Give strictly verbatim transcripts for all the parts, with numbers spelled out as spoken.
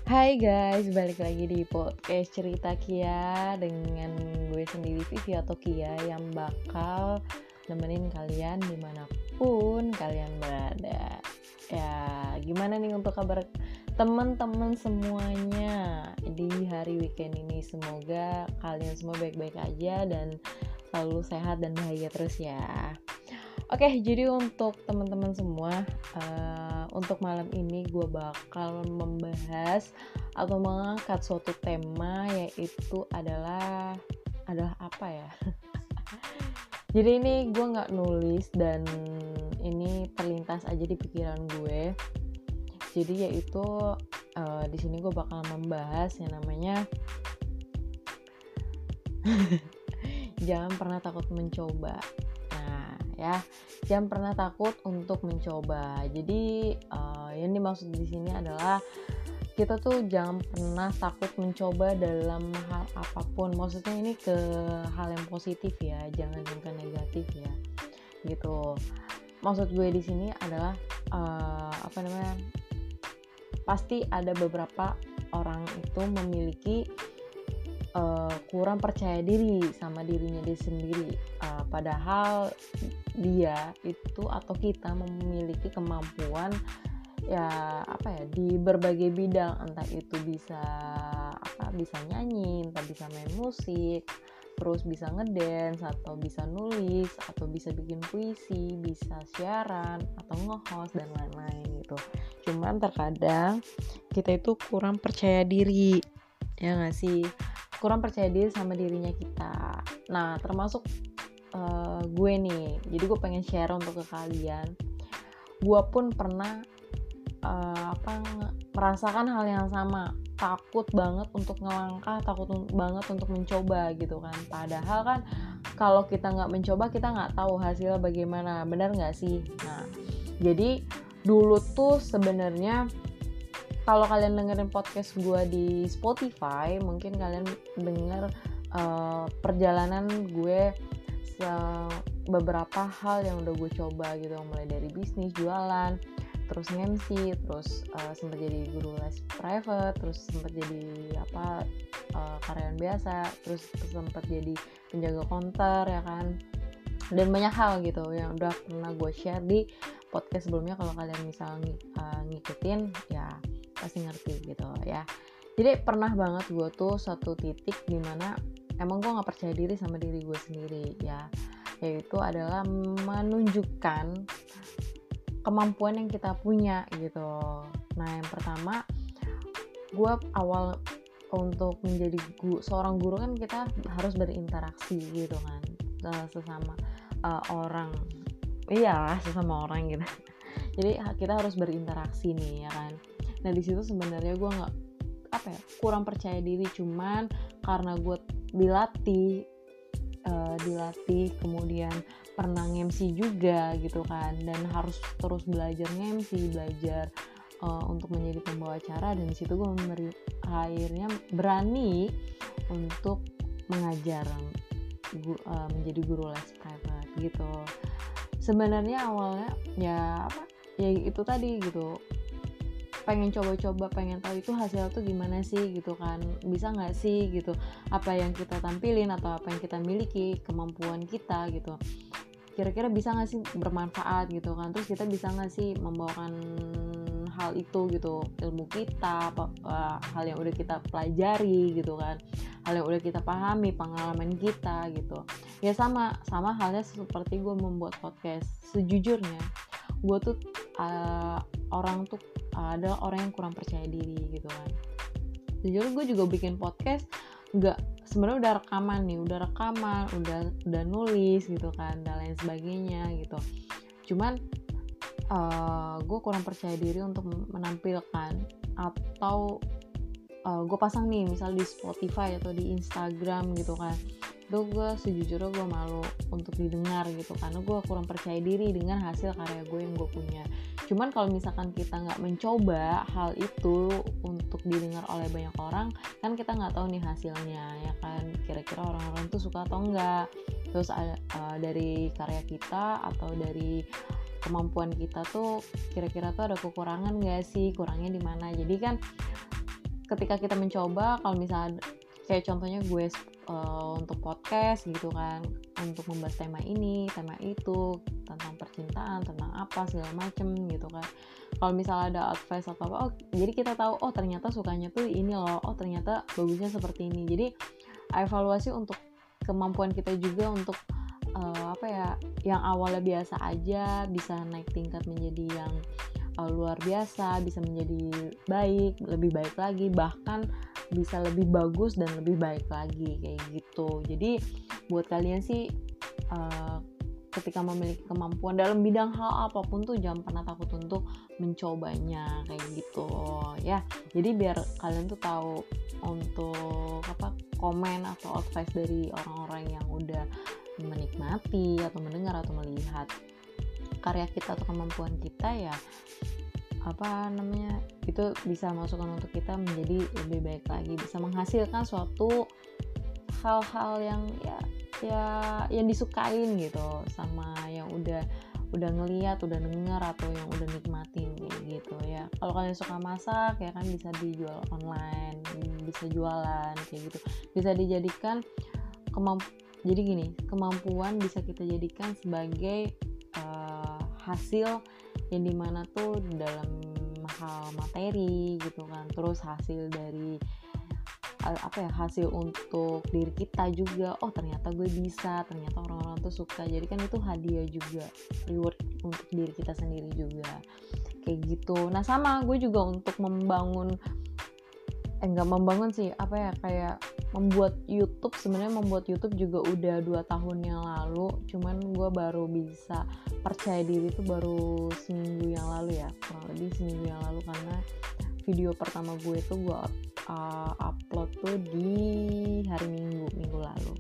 Hai guys, balik lagi di podcast Cerita Kia dengan gue sendiri Vivi atau Kia yang bakal nemenin kalian dimanapun kalian berada. Ya, gimana nih untuk kabar teman-teman semuanya di hari weekend ini? Semoga kalian semua baik-baik aja dan selalu sehat dan bahagia terus ya. Oke, jadi untuk teman-teman semua, uh, untuk malam ini gue bakal membahas atau mengangkat suatu tema, yaitu adalah adalah apa ya? Jadi ini gue nggak nulis dan ini terlintas aja di pikiran gue. Jadi yaitu uh, di sini gue bakal membahas yang namanya jangan pernah takut mencoba. Ya, jangan pernah takut untuk mencoba. Jadi uh, yang dimaksud di sini adalah kita tuh jangan pernah takut mencoba dalam hal apapun. Maksudnya ini ke hal yang positif ya, jangan yang ke negatif ya. Gitu. Maksud gue di sini adalah uh, apa namanya? Pasti ada beberapa orang itu memiliki Uh, kurang percaya diri sama dirinya dia sendiri, uh, padahal dia itu atau kita memiliki kemampuan ya apa ya di berbagai bidang, entah itu bisa apa bisa nyanyi, entah bisa main musik, terus bisa ngedance atau bisa nulis atau bisa bikin puisi, bisa siaran atau nge-host dan lain-lain gitu. Cuman terkadang kita itu kurang percaya diri, ya nggak sih? Kurang percaya diri sama dirinya kita. Nah, termasuk uh, gue nih. Jadi gue pengen share untuk ke kalian. Gue pun pernah uh, apa merasakan hal yang sama. Takut banget untuk ngelangkah, takut banget untuk mencoba gitu kan. Padahal kan kalau kita nggak mencoba, kita nggak tahu hasilnya bagaimana. Benar nggak sih? Nah, jadi dulu tuh sebenarnya kalau kalian dengerin podcast gue di Spotify, mungkin kalian denger uh, perjalanan gue se- beberapa hal yang udah gue coba gitu, mulai dari bisnis, jualan, terus M C, terus uh, sempat jadi guru les private, terus sempat jadi apa uh, karyawan biasa, terus sempat jadi penjaga konter ya kan, dan banyak hal gitu yang udah pernah gue share di podcast sebelumnya. Kalau kalian misalnya uh, ngikutin ya pasti ngerti gitu ya. Jadi pernah banget gue tuh satu titik dimana emang gue nggak percaya diri sama diri gue sendiri ya, yaitu adalah menunjukkan kemampuan yang kita punya gitu. Nah, yang pertama, gue awal untuk menjadi gu, seorang guru kan kita harus berinteraksi gitu kan sesama uh, orang, iyalah sesama orang gitu. Jadi kita harus berinteraksi nih ya kan. Nah di situ sebenarnya gue nggak apa ya kurang percaya diri, cuman karena gue dilatih uh, dilatih kemudian pernah nge-M C juga gitu kan, dan harus terus belajar nge-M C, belajar uh, untuk menjadi pembawa acara, dan di situ gue memberi, akhirnya berani untuk mengajar gu, uh, menjadi guru les private gitu. Sebenarnya awalnya ya apa ya itu tadi gitu, pengen coba-coba, pengen tahu itu hasil tuh gimana sih gitu kan, bisa nggak sih gitu apa yang kita tampilin atau apa yang kita miliki, kemampuan kita gitu, kira-kira bisa nggak sih bermanfaat gitu kan, terus kita bisa nggak sih membawakan hal itu gitu, ilmu kita, apa, uh, hal yang udah kita pelajari gitu kan, hal yang udah kita pahami, pengalaman kita gitu. Ya sama sama halnya seperti gue membuat podcast. Sejujurnya gue tuh uh, orang tuh uh, adalah orang yang kurang percaya diri gitu kan. Sejujurnya gue juga bikin podcast nggak, sebenarnya udah rekaman nih, udah rekaman, udah udah nulis gitu kan, dan lain sebagainya gitu. Cuman uh, gue kurang percaya diri untuk menampilkan atau uh, gue pasang nih misal di Spotify atau di Instagram gitu kan. Itu gue sejujurnya gue malu untuk didengar gitu, karena gue kurang percaya diri dengan hasil karya gue yang gue punya. Cuman kalau misalkan kita nggak mencoba hal itu untuk didengar oleh banyak orang, kan kita nggak tahu nih hasilnya ya kan, kira-kira orang-orang tuh suka atau enggak, terus ada, uh, dari karya kita atau dari kemampuan kita tuh kira-kira tuh ada kekurangan nggak sih, kurangnya di mana. Jadi kan ketika kita mencoba, kalau misalnya kayak contohnya gue uh, untuk podcast gitu kan, untuk membahas tema ini, tema itu, tentang percintaan, tentang apa segala macem gitu kan. Kalau misalnya ada advice atau apa, oh jadi kita tahu, oh ternyata sukanya tuh ini loh, oh ternyata bagusnya seperti ini. Jadi evaluasi untuk kemampuan kita juga untuk uh, apa ya, yang awalnya biasa aja bisa naik tingkat menjadi yang uh, luar biasa, bisa menjadi baik, lebih baik lagi, bahkan bisa lebih bagus dan lebih baik lagi kayak gitu. Jadi buat kalian sih uh, ketika memiliki kemampuan dalam bidang hal apapun tuh jangan pernah takut untuk mencobanya kayak gitu ya. Jadi biar kalian tuh tahu untuk apa, komen atau advice dari orang-orang yang udah menikmati atau mendengar atau melihat karya kita atau kemampuan kita ya, apa namanya, itu bisa masukan untuk kita menjadi lebih baik lagi, bisa menghasilkan suatu hal-hal yang ya ya yang disukain gitu sama yang udah udah ngeliat, udah denger atau yang udah nikmatin kayak gitu ya. Kalau kalian suka masak ya kan bisa dijual online, bisa jualan kayak gitu, bisa dijadikan kemamp- jadi gini, kemampuan bisa kita jadikan sebagai uh, hasil yang dimana tuh dalam hal materi gitu kan, terus hasil dari apa ya, hasil untuk diri kita juga, oh ternyata gue bisa, ternyata orang-orang tuh suka, jadi kan itu hadiah juga, reward untuk diri kita sendiri juga kayak gitu. Nah sama gue juga untuk membangun eh nggak membangun sih, apa ya, kayak membuat YouTube. Sebenarnya membuat YouTube juga udah dua tahun yang lalu, cuman gue baru bisa percaya diri tuh baru seminggu yang lalu ya, kurang lebih seminggu yang lalu, karena video pertama gue tuh gue uh, upload tuh di hari Minggu minggu lalu.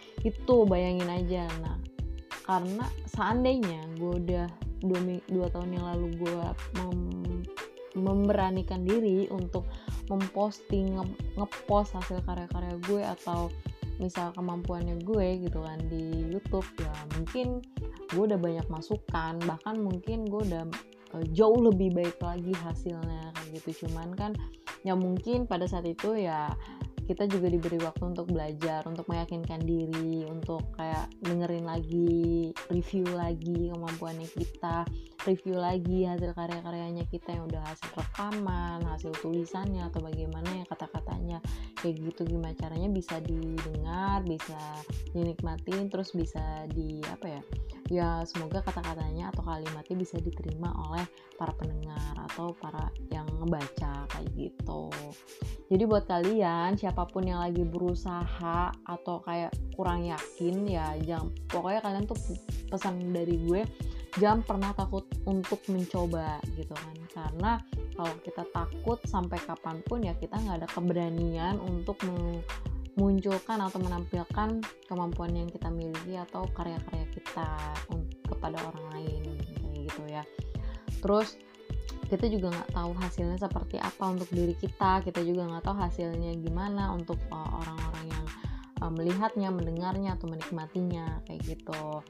Itu bayangin aja. Nah karena seandainya gue udah dua, dua tahun yang lalu gue mem- memberanikan diri untuk memposting, nge- ngepost hasil karya-karya gue atau misal kemampuannya gue gitu kan di YouTube, ya mungkin gue udah banyak masukan, bahkan mungkin gue udah uh, jauh lebih baik lagi hasilnya kayak gitu. Cuman kan ya mungkin pada saat itu ya kita juga diberi waktu untuk belajar, untuk meyakinkan diri, untuk kayak dengerin lagi, review lagi kemampuannya kita, review lagi hasil karya-karyanya kita yang udah hasil rekaman, hasil tulisannya atau bagaimana ya kata-katanya kayak gitu, gimana caranya bisa didengar, bisa dinikmatin, terus bisa di apa ya, ya semoga kata-katanya atau kalimatnya bisa diterima oleh para pendengar atau para yang ngebaca kayak gitu. Jadi buat kalian siapapun yang lagi berusaha atau kayak kurang yakin ya, jangan, pokoknya kalian tuh pesan dari gue, jangan pernah takut untuk mencoba gitu kan, karena kalau kita takut sampai kapanpun ya kita nggak ada keberanian untuk memunculkan atau menampilkan kemampuan yang kita miliki atau karya-karya kita kepada orang lain kayak gitu ya. Terus kita juga nggak tahu hasilnya seperti apa untuk diri kita, kita juga nggak tahu hasilnya gimana untuk uh, orang-orang yang uh, melihatnya, mendengarnya atau menikmatinya kayak gitu.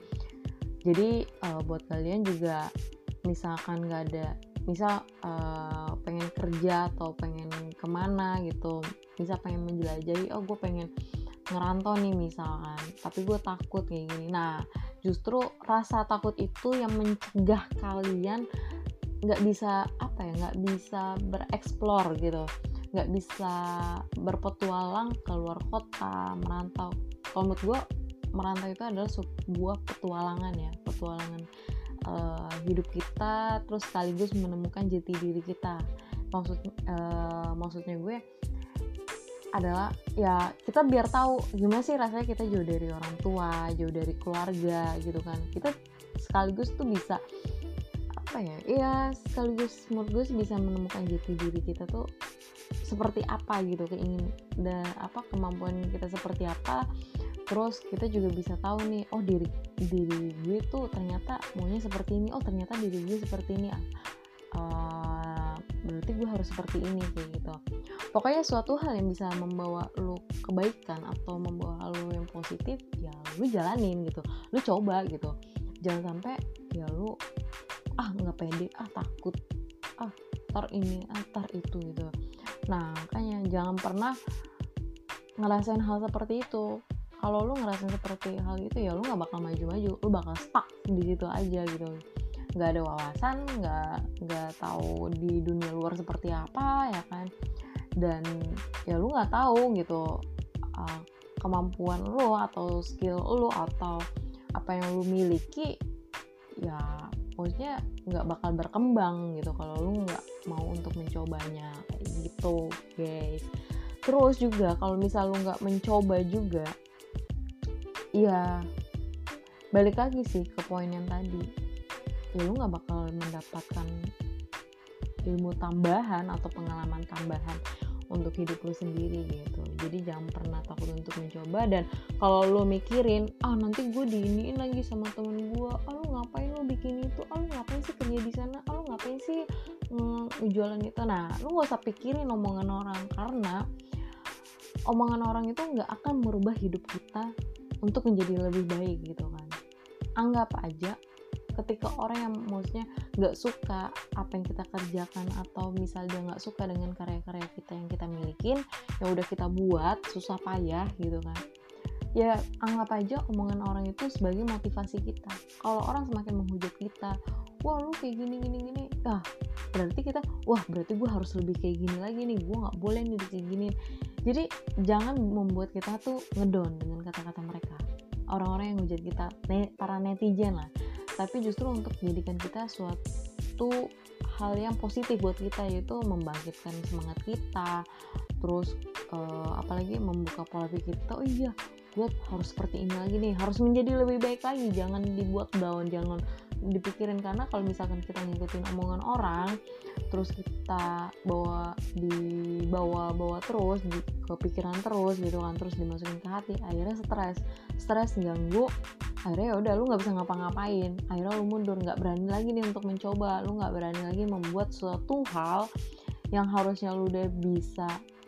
Jadi uh, buat kalian juga misalkan nggak ada, misal uh, pengen kerja atau pengen kemana gitu, misal pengen menjelajahi, oh gue pengen ngerantau nih misalkan, tapi gue takut kayak gini. Nah justru rasa takut itu yang mencegah kalian nggak bisa apa ya, nggak bisa bereksplor gitu, nggak bisa berpetualang ke luar kota, merantau. Kalau menurut gue merantau itu adalah sebuah petualangan ya, petualangan uh, hidup kita, terus sekaligus menemukan jati diri kita. Maksud uh, maksudnya gue adalah ya kita biar tahu gimana sih rasanya kita jauh dari orang tua, jauh dari keluarga gitu kan. Kita sekaligus tuh bisa apa ya, ya sekaligus menurut gue sih bisa menemukan jati diri kita tuh seperti apa gitu, keingin dan apa kemampuan kita seperti apa. Terus kita juga bisa tahu nih, oh diri diri gue tuh ternyata maunya seperti ini, oh ternyata diri gue seperti ini, uh, berarti gue harus seperti ini kayak gitu. Pokoknya suatu hal yang bisa membawa lu kebaikan atau membawa hal lu yang positif ya lu jalanin gitu, lu coba gitu. Jangan sampai ya lu ah nggak pede, ah takut, ah tar ini, ah tar itu gitu. Nah makanya jangan pernah ngerasain hal seperti itu. Kalau lu ngerasain seperti hal itu ya lu nggak bakal maju-maju, lu bakal stuck di situ aja gitu, nggak ada wawasan, nggak nggak tahu di dunia luar seperti apa ya kan, dan ya lu nggak tahu gitu uh, kemampuan lu atau skill lu atau apa yang lu miliki, ya maksudnya nggak bakal berkembang gitu kalau lu nggak mau untuk mencobanya kayak gitu guys. Terus juga kalau misal lu nggak mencoba juga, ya balik lagi sih ke poin yang tadi, ya lu nggak bakal mendapatkan ilmu tambahan atau pengalaman tambahan untuk hidup lu sendiri gitu. Jadi jangan pernah takut untuk mencoba. Dan kalau lu mikirin, ah nanti gue diiniin lagi sama temen gue, ah lu ngapain lu bikin itu, ah lu ngapain sih kerja di sana, ah lu ngapain sih mm, jualan itu, nah lu gak usah pikirin omongan orang, karena omongan orang itu gak akan merubah hidup kita untuk menjadi lebih baik gitu kan. Anggap aja ketika orang yang maksudnya gak suka apa yang kita kerjakan, atau misal dia gak suka dengan karya-karya kita yang kita milikin, yang udah kita buat susah payah gitu kan, ya anggap aja omongan orang itu sebagai motivasi kita. Kalau orang semakin menghujat kita, wah lu kayak gini gini gini, ah berarti kita, wah berarti gue harus lebih kayak gini lagi nih, gue gak boleh nih kayak gini. Jadi jangan membuat kita tuh ngedown dengan kata-kata mereka, orang-orang yang menghujat kita, para netizen lah, tapi justru untuk menjadikan kita suatu hal yang positif buat kita, yaitu membangkitkan semangat kita, terus uh, apalagi membuka pola pikir kita, oh iya gue harus seperti ini lagi nih, harus menjadi lebih baik lagi, jangan dibuat down, jangan dipikirin. Karena kalau misalkan kita ngikutin omongan orang terus kita bawa dibawa-bawa terus di kepikiran terus gitu kan, terus dimasukin ke hati, akhirnya stres stres ganggu, akhirnya ya udah lu nggak bisa ngapa-ngapain, akhirnya lu mundur, nggak berani lagi nih untuk mencoba, lu nggak berani lagi membuat suatu hal yang harusnya lu udah bisa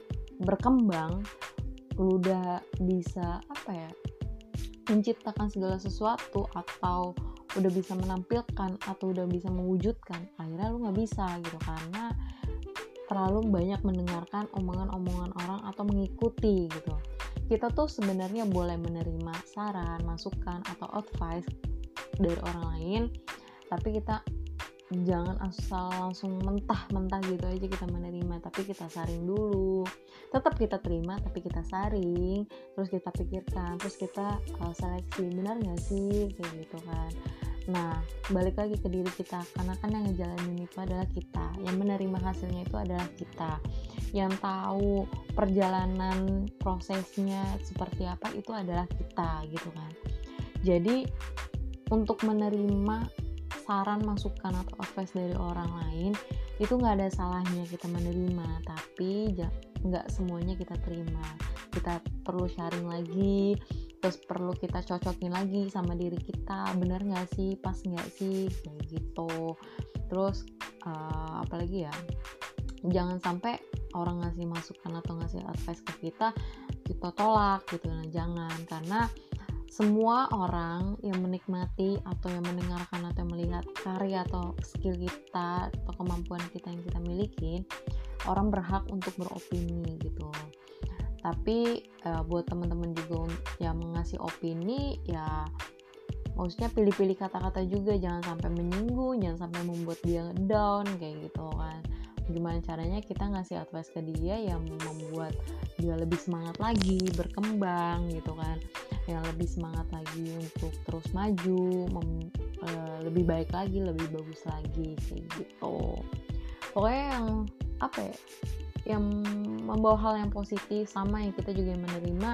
berkembang, lu udah bisa apa ya, menciptakan segala sesuatu, atau udah bisa menampilkan, atau udah bisa mewujudkan, akhirnya lu nggak bisa gitu, karena terlalu banyak mendengarkan omongan-omongan orang atau mengikuti gitu. Kita tuh sebenarnya boleh menerima saran, masukan, atau advice dari orang lain, tapi kita jangan asal langsung mentah-mentah gitu aja kita menerima, tapi kita saring dulu. Tetap kita terima, tapi kita saring, terus kita pikirkan, terus kita uh, seleksi, benar nggak sih kayak gitu kan. Nah balik lagi ke diri kita, karena kan yang ngejalanin itu adalah kita, yang menerima hasilnya itu adalah kita, yang tahu perjalanan prosesnya seperti apa itu adalah kita gitu kan. Jadi untuk menerima saran, masukan, atau advice dari orang lain itu nggak ada salahnya kita menerima, tapi nggak semuanya kita terima. Kita perlu sharing lagi, terus perlu kita cocokin lagi sama diri kita, benar nggak sih, pas nggak sih kayak gitu. Terus uh, apalagi ya, jangan sampai orang ngasih masukan atau ngasih advice ke kita kita tolak gitu. Nah jangan, karena semua orang yang menikmati atau yang mendengarkan atau yang melihat karya atau skill kita atau kemampuan kita yang kita miliki, orang berhak untuk beropini gitu. Tapi uh, buat teman-teman juga yang mengasih opini, ya maksudnya pilih-pilih kata-kata juga, jangan sampai menyinggung, jangan sampai membuat dia down kayak gitu kan. Gimana caranya kita ngasih advice ke dia yang membuat dia lebih semangat lagi berkembang gitu kan, yang lebih semangat lagi untuk terus maju, mem- uh, lebih baik lagi, lebih bagus lagi kayak gitu. Pokoknya yang apa ya, yang membawa hal yang positif, sama yang kita juga yang menerima.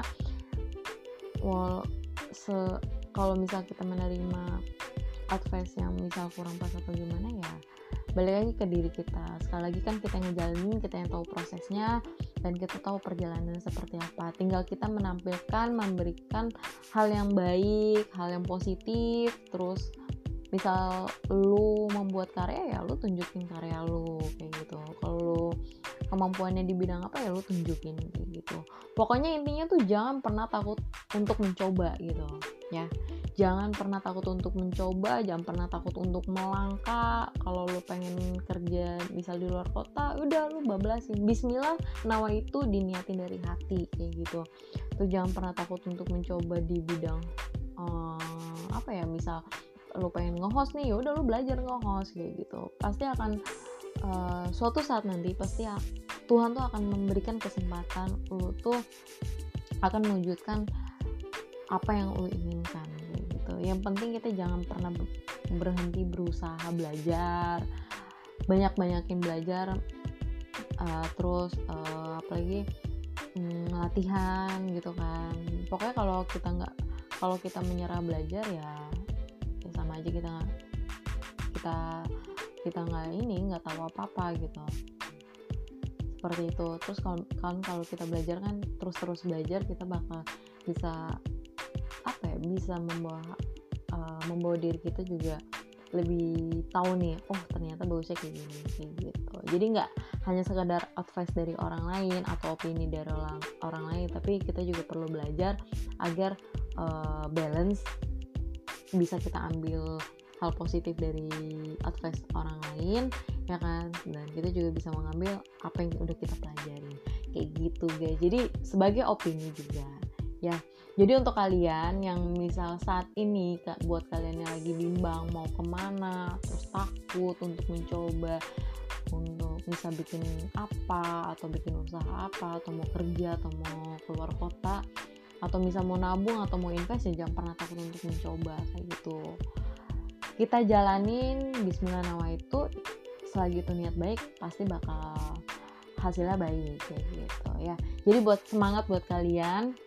Wal se kalau misal kita menerima advice yang misal kurang pas atau gimana, ya balik lagi ke diri kita. Sekali lagi kan kita yang ngejalanin, kita yang tahu prosesnya, dan kita tahu perjalanan seperti apa. Tinggal kita menampilkan, memberikan hal yang baik, hal yang positif. Terus misal lu membuat karya, ya lu tunjukin karya lu kayak gitu. Kalau lu kemampuannya di bidang apa, ya lu tunjukin kayak gitu. Pokoknya intinya tuh jangan pernah takut untuk mencoba gitu ya. Jangan pernah takut untuk mencoba, jangan pernah takut untuk melangkah. Kalau lu pengen kerja misal di luar kota, udah lu bablasin. Bismillah, nawa itu diniatin dari hati kayak gitu. Tuh jangan pernah takut untuk mencoba di bidang um, apa ya, misal lu pengen nge-host nih, udah lu belajar nge-host kayak gitu. Pasti akan uh, suatu saat nanti pasti Tuhan tuh akan memberikan kesempatan lu tuh akan mewujudkan apa yang lu inginkan gitu. Yang penting kita jangan pernah berhenti berusaha belajar, banyak-banyakin belajar, uh, terus uh, apalagi um, latihan gitu kan. Pokoknya kalau kita nggak kalau kita menyerah belajar ya, ya sama aja kita kita kita nggak ini nggak tahu apa-apa gitu. Seperti itu. Terus kalau kan kalau kita belajar kan terus-terus belajar, kita bakal bisa apa ya, bisa membawa uh, membawa diri kita juga lebih tahu nih, oh ternyata bagusnya kayak gini kayak gitu. Jadi nggak hanya sekadar advice dari orang lain atau opini dari orang orang lain, tapi kita juga perlu belajar agar uh, balance, bisa kita ambil hal positif dari advice orang lain ya kan, dan kita juga bisa mengambil apa yang udah kita pelajari kayak gitu guys. Jadi sebagai opini juga ya. Jadi untuk kalian yang misal saat ini, buat kalian yang lagi bimbang mau kemana, terus takut untuk mencoba untuk bisa bikin apa, atau bikin usaha apa, atau mau kerja, atau mau keluar kota, atau misal mau nabung atau mau invest, ya jangan pernah takut untuk mencoba kayak gitu. Kita jalanin bismillah nawa itu, selagi itu niat baik pasti bakal hasilnya baik kayak gitu ya. Jadi buat semangat buat kalian,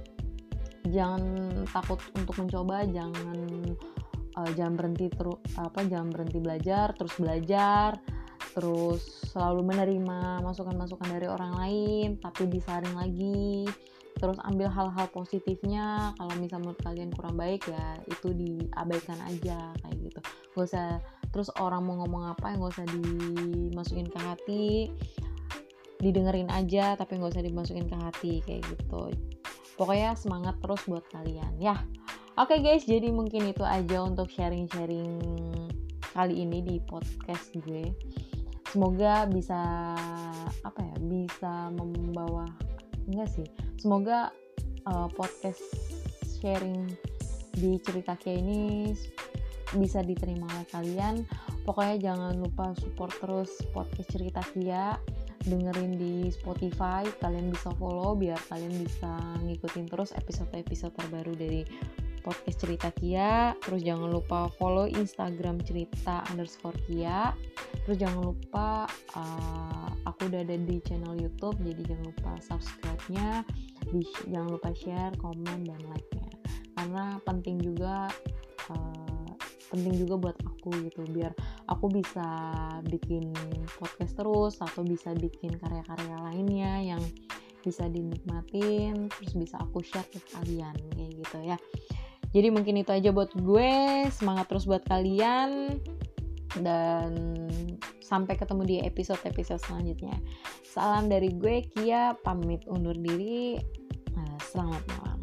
jangan takut untuk mencoba, jangan uh, jangan berhenti terus apa jangan berhenti belajar, terus belajar, terus selalu menerima masukan-masukan dari orang lain, tapi disaring lagi, terus ambil hal-hal positifnya. Kalau misal menurut kalian kurang baik ya itu diabaikan aja kayak gitu. Gak usah terus orang mau ngomong apa, gak usah dimasukin ke hati, didengerin aja tapi gak usah dimasukin ke hati kayak gitu. Pokoknya semangat terus buat kalian ya. Oke guys, jadi mungkin itu aja untuk sharing-sharing kali ini di podcast gue. Semoga bisa apa ya, bisa membawa enggak sih. Semoga uh, podcast sharing di Cerita Kia ini bisa diterima oleh kalian. Pokoknya jangan lupa support terus podcast Cerita Kia, dengerin di Spotify, kalian bisa follow biar kalian bisa ngikutin terus episode-episode terbaru dari podcast Cerita Kia. Terus jangan lupa follow Instagram cerita underscore Kia. Terus jangan lupa uh, aku udah ada di channel YouTube, jadi jangan lupa subscribe-nya, di- jangan lupa share, komen, dan like-nya, karena penting juga uh, penting juga buat aku gitu, biar aku bisa bikin podcast terus atau bisa bikin karya-karya lainnya yang bisa dinikmatin, terus bisa aku share ke kalian kayak gitu ya. Jadi mungkin itu aja buat gue, semangat terus buat kalian, dan sampai ketemu di episode-episode selanjutnya. Salam dari gue Kia, pamit undur diri. Selamat malam.